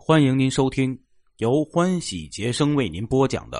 欢迎您收听由欢喜杰生为您播讲的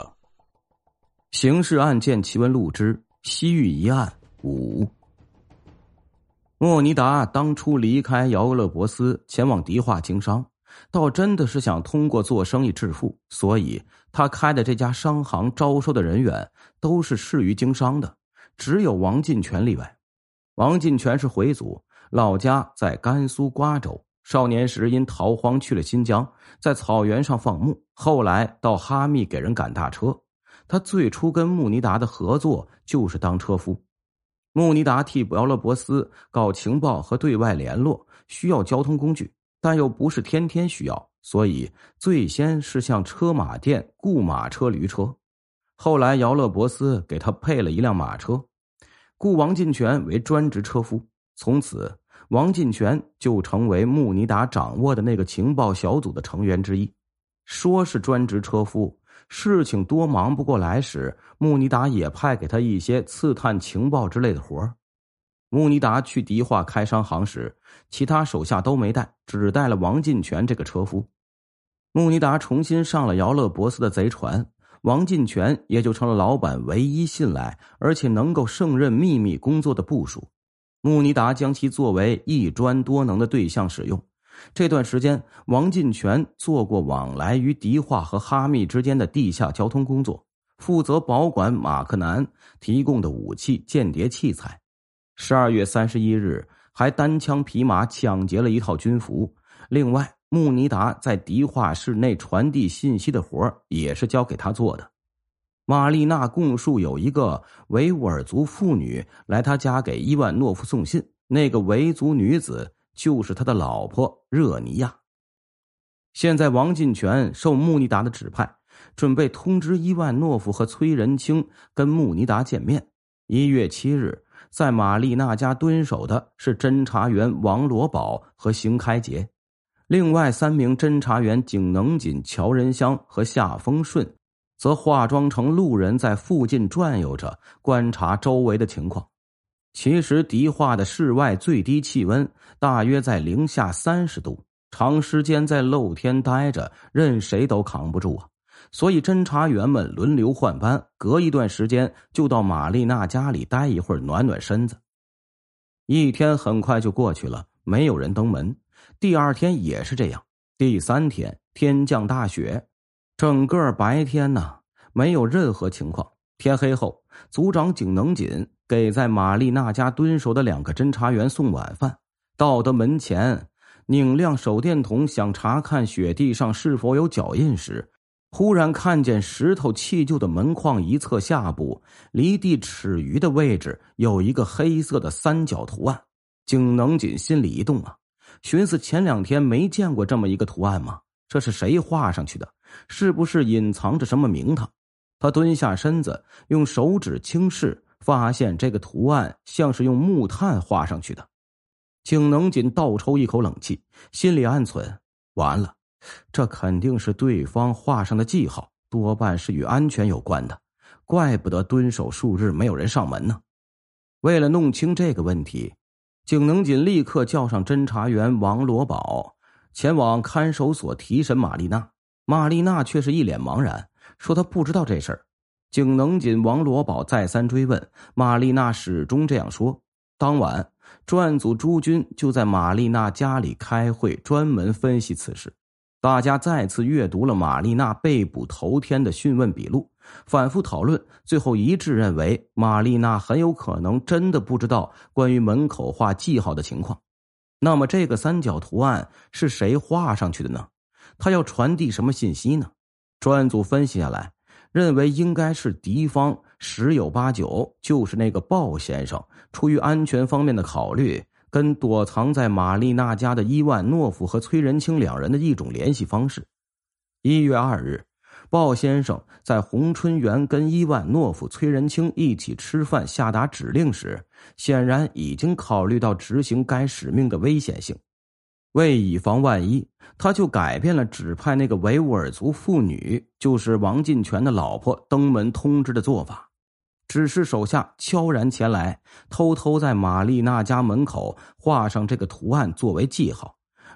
《 刑事案件奇闻录之西域疑案5》。莫尼达当初离开姚俄勒博斯前往迪化经商，倒真的是想通过做生意致富，所以他开的这家商行招收的人员都是适于经商的，只有王进全例外。王进全是回族，老家在甘肃瓜州，少年时因逃荒去了新疆，在草原上放牧，后来到哈密给人赶大车。他最初跟穆尼达的合作就是当车夫。穆尼达替姚勒博斯搞情报和对外联络，需要交通工具，但又不是天天需要，所以最先是向车马店雇马车驴车。后来姚勒博斯给他配了一辆马车，雇王进全为专职车夫。从此王进全就成为穆尼达掌握的那个情报小组的成员之一。说是专职车夫，事情多忙不过来时，穆尼达也派给他一些刺探情报之类的活儿。穆尼达去迪化开商行时，其他手下都没带，只带了王进全这个车夫。穆尼达重新上了姚勒博斯的贼船，王进全也就成了老板唯一信赖而且能够胜任秘密工作的部属。穆尼达将其作为一专多能的对象使用。这段时间，王进全做过往来于迪化和哈密之间的地下交通工作，负责保管马克南提供的武器、间谍器材。12月31日，还单枪匹马抢劫了一套军服。另外，穆尼达在迪化市内传递信息的活也是交给他做的。玛丽娜供述有一个维吾尔族妇女来他家给伊万诺夫送信，那个维族女子就是他的老婆热尼亚。现在王进全受穆尼达的指派，准备通知伊万诺夫和崔仁清跟穆尼达见面。1月7日，在玛丽娜家蹲守的是侦查员王罗宝和邢开杰，另外3名侦查员景能锦、乔仁香和夏丰顺则化妆成路人在附近转悠着，观察周围的情况。其实迪化的室外最低气温大约在零下30度，长时间在露天待着，任谁都扛不住啊。所以侦查员们轮流换班，隔一段时间就到玛丽娜家里待一会儿，暖暖身子。一天很快就过去了，没有人登门。第2天也是这样。第3天天降大雪，整个白天呢，没有任何情况。天黑后，组长景能锦给在玛丽娜家蹲守的2个侦查员送晚饭。到的门前，拧亮手电筒想查看雪地上是否有脚印时，忽然看见石头砌就的门框一侧下部离地尺余的位置有一个黑色的3角图案。景能锦心里一动啊，寻思前2天没见过这么一个图案吗？这是谁画上去的？是不是隐藏着什么名堂？他蹲下身子，用手指轻视，发现这个图案像是用木炭画上去的。景能锦倒抽一口冷气，心里暗忖：完了，这肯定是对方画上的记号，多半是与安全有关的，怪不得蹲守数日没有人上门呢。为了弄清这个问题，景能锦立刻叫上侦查员王罗宝，前往看守所提审玛丽娜。玛丽娜却是一脸茫然，说她不知道这事儿。景能锦、王罗宝再三追问，玛丽娜始终这样说。当晚，专案组诸军就在玛丽娜家里开会，专门分析此事。大家再次阅读了玛丽娜被捕头天的讯问笔录，反复讨论，最后一致认为玛丽娜很有可能真的不知道关于门口画记号的情况。那么这个3角图案是谁画上去的呢？他要传递什么信息呢？专案组分析下来，认为应该是敌方十有八九就是那个鲍先生出于安全方面的考虑，跟躲藏在玛丽娜家的伊万诺夫和崔仁清2人的一种联系方式。1月2日，鲍先生在红春园跟伊万诺夫、崔仁清一起吃饭下达指令时，显然已经考虑到执行该使命的危险性。为以防万一，他就改变了指派那个维吾尔族妇女，就是王进全的老婆登门通知的做法，指示手下悄然前来，偷偷在玛丽娜家门口画上这个图案作为记号。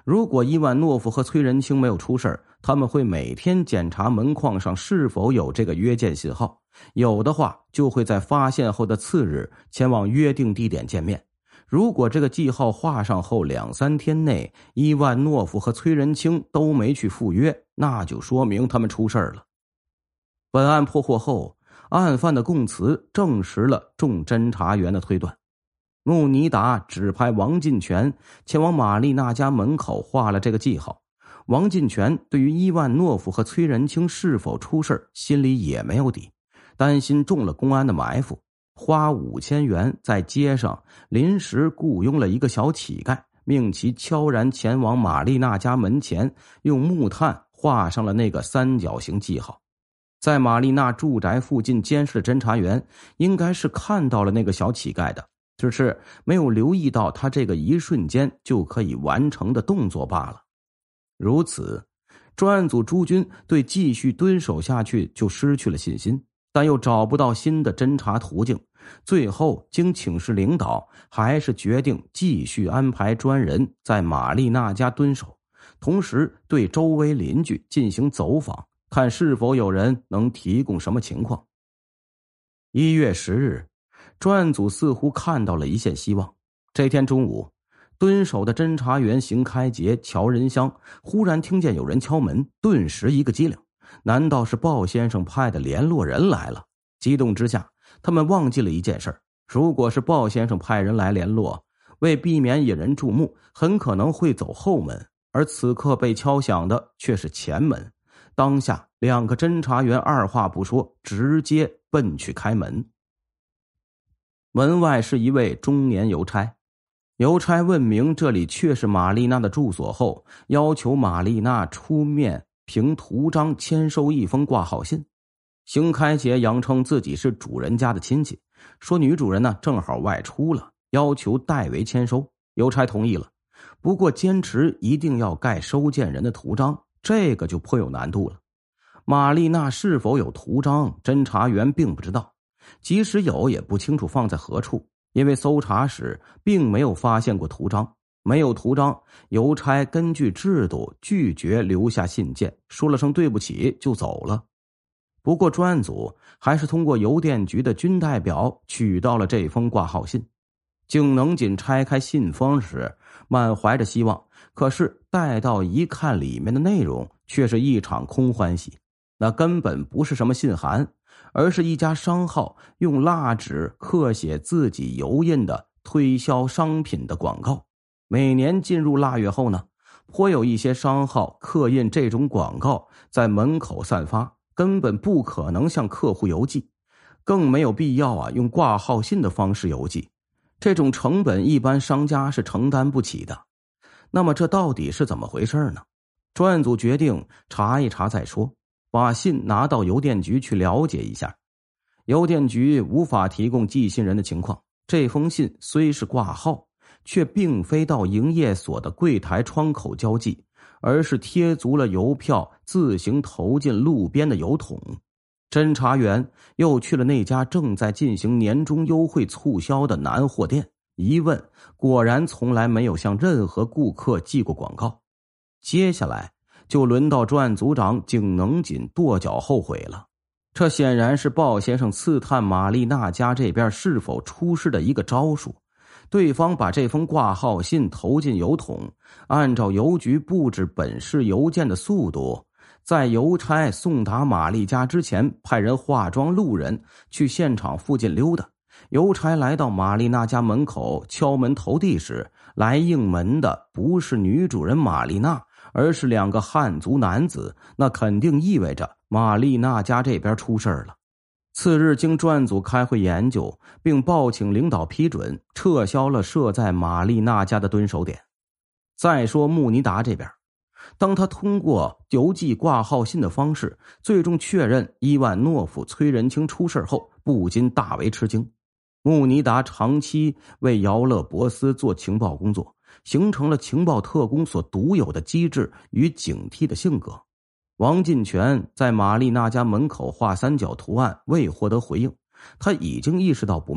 如果伊万诺夫和崔仁清没有出事，他们会每天检查门框上是否有这个约见信号，有的话就会在发现后的次日前往约定地点见面。如果这个记号画上后2-3天内，伊万诺夫和崔仁清都没去赴约，那就说明他们出事了。本案破获后，案犯的供词证实了众侦查员的推断。穆尼达指派王进全前往玛丽娜家门口画了这个记号。王进全对于伊万诺夫和崔仁清是否出事心里也没有底，担心中了公安的埋伏，花5000元在街上临时雇佣了一个小乞丐，命其悄然前往玛丽娜家门前，用木炭画上了那个3角形记号。在玛丽娜住宅附近监视的侦查员应该是看到了那个小乞丐的，只是没有留意到他这个一瞬间就可以完成的动作罢了。如此，专案组朱军对继续蹲守下去就失去了信心，但又找不到新的侦查途径，最后经请示领导，还是决定继续安排专人在玛丽娜家蹲守，同时对周围邻居进行走访，看是否有人能提供什么情况。1月10日，专案组似乎看到了一线希望。这天中午，蹲守的侦查员邢开杰、乔仁香忽然听见有人敲门，顿时一个机灵，难道是鲍先生派的联络人来了？激动之下，他们忘记了一件事，如果是鲍先生派人来联络，为避免引人注目，很可能会走后门，而此刻被敲响的却是前门。当下2个侦查员二话不说，直接奔去开门。门外是一位中年邮差，邮差问明这里确是玛丽娜的住所后，要求玛丽娜出面凭图章签收一封挂号信。邢开杰扬称自己是主人家的亲戚，说女主人呢正好外出了，要求代为签收。邮差同意了，不过坚持一定要盖收件人的图章，这个就颇有难度了。玛丽娜是否有图章，侦查员并不知道，即使有也不清楚放在何处，因为搜查时并没有发现过图章。没有图章，邮差根据制度拒绝留下信件，说了声对不起就走了。不过专案组还是通过邮电局的军代表取到了这封挂号信。景能锦拆开信封时满怀着希望，可是带到一看，里面的内容却是一场空欢喜。那根本不是什么信函，而是一家商号用蜡纸刻写自己油印的推销商品的广告。每年进入腊月后呢，颇有一些商号刻印这种广告在门口散发，根本不可能向客户邮寄，更没有必要用挂号信的方式邮寄，这种成本一般商家是承担不起的。那么这到底是怎么回事呢？专案组决定查一查再说，把信拿到邮电局去了解一下。邮电局无法提供寄信人的情况，这封信虽是挂号，却并非到营业所的柜台窗口交寄，而是贴足了邮票，自行投进路边的邮筒。侦查员又去了那家正在进行年终优惠促销的南货店，一问，果然从来没有向任何顾客寄过广告。接下来就轮到专案组长景能锦跺脚后悔了，这显然是鲍先生刺探玛丽娜家这边是否出事的一个招数。对方把这封挂号信投进邮筒，按照邮局布置本市邮件的速度，在邮差送达玛丽家之前，派人化妆路人去现场附近溜达。邮差来到玛丽娜家门口敲门投递时，来应门的不是女主人玛丽娜，而是2个汉族男子，那肯定意味着玛丽娜家这边出事了。次日经专案组开会研究，并报请领导批准，撤销了设在玛丽娜家的蹲守点。再说穆尼达这边，当他通过邮寄挂号信的方式最终确认伊万诺夫、崔仁清出事后，不禁大为吃惊。穆尼达长期为姚勒伯斯做情报工作，形成了情报特工所独有的机智与警惕的性格。王进全在玛丽娜家门口画3角图案未获得回应，他已经意识到不妙，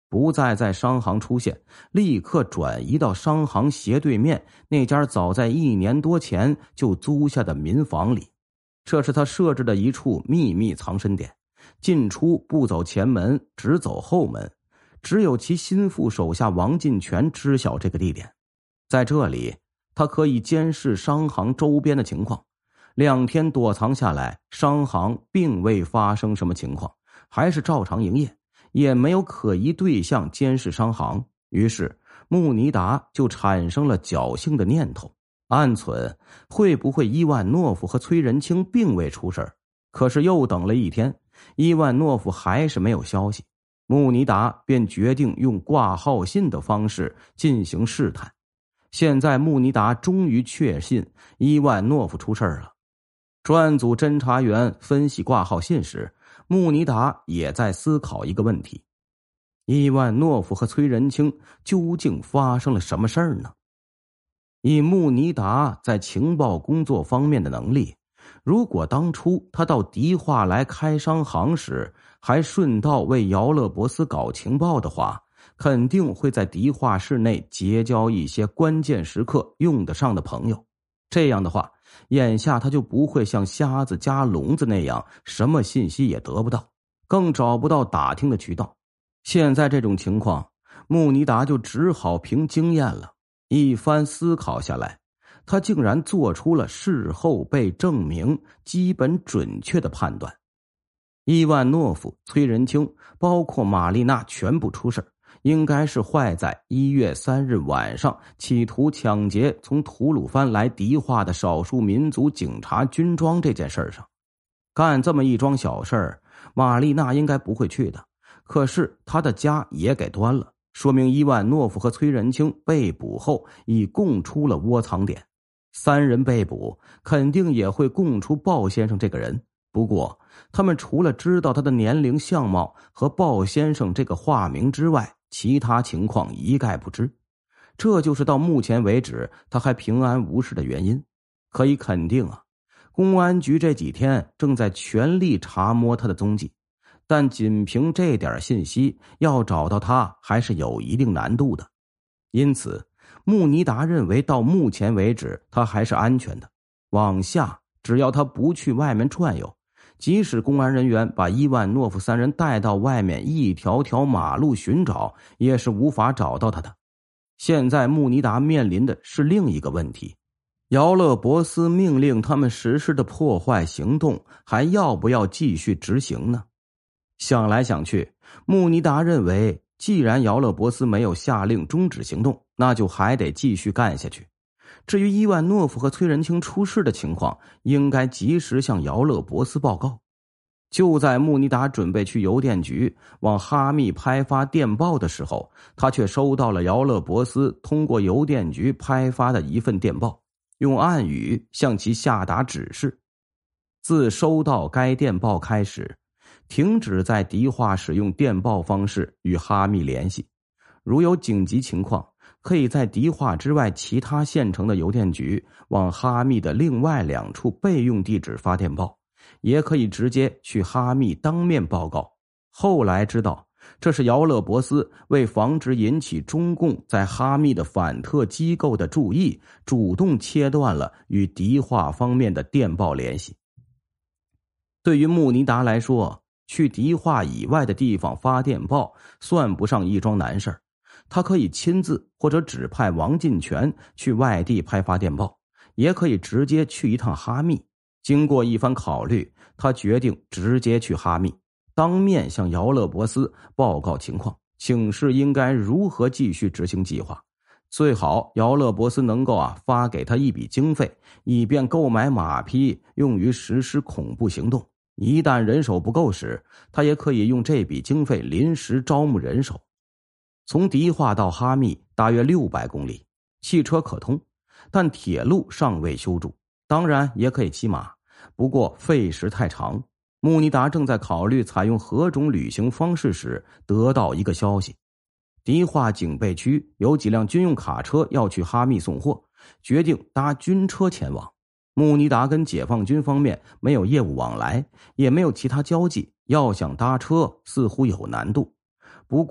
不再在商行出现，立刻转移到商行斜对面那家早在1年多前就租下的民房里。这是他设置的一处秘密藏身点，进出不走前门，只走后门，只有其心腹手下王进全知晓这个地点。在这里，他可以监视商行周边的情况。2天躲藏下来，商行并未发生什么情况，还是照常营业，也没有可疑对象监视商行。于是穆尼达就产生了侥幸的念头，暗忖会不会伊万诺夫和崔仁清并未出事。可是又等了1天，伊万诺夫还是没有消息，穆尼达便决定用挂号信的方式进行试探。现在穆尼达终于确信伊万诺夫出事了。专案组侦查员分析挂号信时，穆尼达也在思考一个问题：伊万诺夫和崔仁清究竟发生了什么事儿呢？以穆尼达在情报工作方面的能力，如果当初他到迪化来开商行时还顺道为姚勒伯斯搞情报的话，肯定会在迪化市内结交一些关键时刻用得上的朋友。这样的话，眼下他就不会像瞎子夹聋子那样什么信息也得不到，更找不到打听的渠道。现在这种情况，穆尼达就只好凭经验了。一番思考下来，他竟然做出了事后被证明基本准确的判断：伊万诺夫、崔仁清包括玛丽娜全部出事，应该是坏在1月3日晚上企图抢劫从吐鲁番来迪化的少数民族警察军装这件事上。干这么一桩小事，玛丽娜应该不会去的，可是她的家也给端了，说明伊万诺夫和崔仁清被捕后已供出了窝藏点。3人被捕，肯定也会供出鲍先生这个人，不过他们除了知道他的年龄、相貌和鲍先生这个化名之外，其他情况一概不知。这就是到目前为止他还平安无事的原因。可以肯定啊，公安局这几天正在全力查摸他的踪迹，但仅凭这点信息要找到他还是有一定难度的。因此穆尼达认为到目前为止他还是安全的，往下只要他不去外面转悠，即使公安人员把伊万诺夫3人带到外面一条条马路寻找，也是无法找到他的。现在穆尼达面临的是另一个问题：姚勒伯斯命令他们实施的破坏行动还要不要继续执行呢？想来想去，穆尼达认为既然姚勒伯斯没有下令终止行动，那就还得继续干下去。至于伊万诺夫和崔仁清出事的情况，应该及时向姚勒伯斯报告。就在穆尼达准备去邮电局往哈密拍发电报的时候，他却收到了姚勒伯斯通过邮电局拍发的一份电报，用暗语向其下达指示：自收到该电报开始，停止在迪化使用电报方式与哈密联系。如有紧急情况，可以在迪化之外其他县城的邮电局往哈密的另外2处备用地址发电报，也可以直接去哈密当面报告。后来知道，这是姚勒伯斯为防止引起中共在哈密的反特机构的注意，主动切断了与迪化方面的电报联系。对于穆尼达来说，去迪化以外的地方发电报算不上一桩难事，他可以亲自或者指派王进全去外地拍发电报，也可以直接去一趟哈密。经过一番考虑，他决定直接去哈密，当面向姚勒伯斯报告情况，请示应该如何继续执行计划。最好姚勒伯斯能够发给他一笔经费，以便购买马匹用于实施恐怖行动。一旦人手不够时，他也可以用这笔经费临时招募人手。从迪化到哈密大约600公里，汽车可通，但铁路尚未修筑，当然也可以骑马，不过费时太长。穆尼达正在考虑采用何种旅行方式时，得到一个消息：迪化警备区有几辆军用卡车要去哈密送货，决定搭军车前往。穆尼达跟解放军方面没有业务往来，也没有其他交际，要想搭车似乎有难度。不过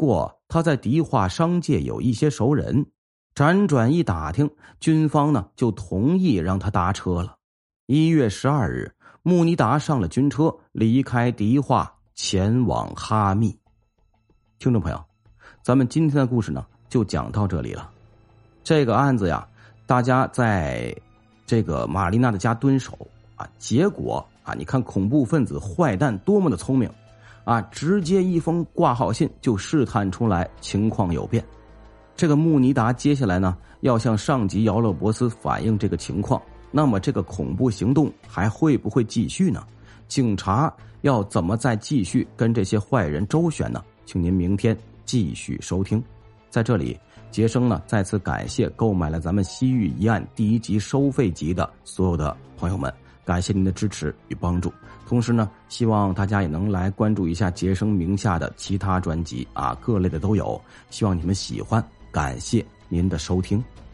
他在迪化商界有一些熟人，辗转一打听，军方呢就同意让他搭车了。1月12日，穆尼达上了军车，离开迪化，前往哈密。听众朋友，咱们今天的故事呢就讲到这里了。这个案子呀，大家在这个玛丽娜的家蹲守啊，结果啊，你看恐怖分子坏蛋多么的聪明啊，直接一封挂号信就试探出来情况有变。这个穆尼达接下来呢要向上级姚勒伯斯反映这个情况，那么这个恐怖行动还会不会继续呢？警察要怎么再继续跟这些坏人周旋呢？请您明天继续收听。在这里，杰生呢再次感谢购买了咱们西域疑案第1集收费集的所有的朋友们，感谢您的支持与帮助。同时呢，希望大家也能来关注一下杰生名下的其他专辑啊，各类的都有，希望你们喜欢，感谢您的收听。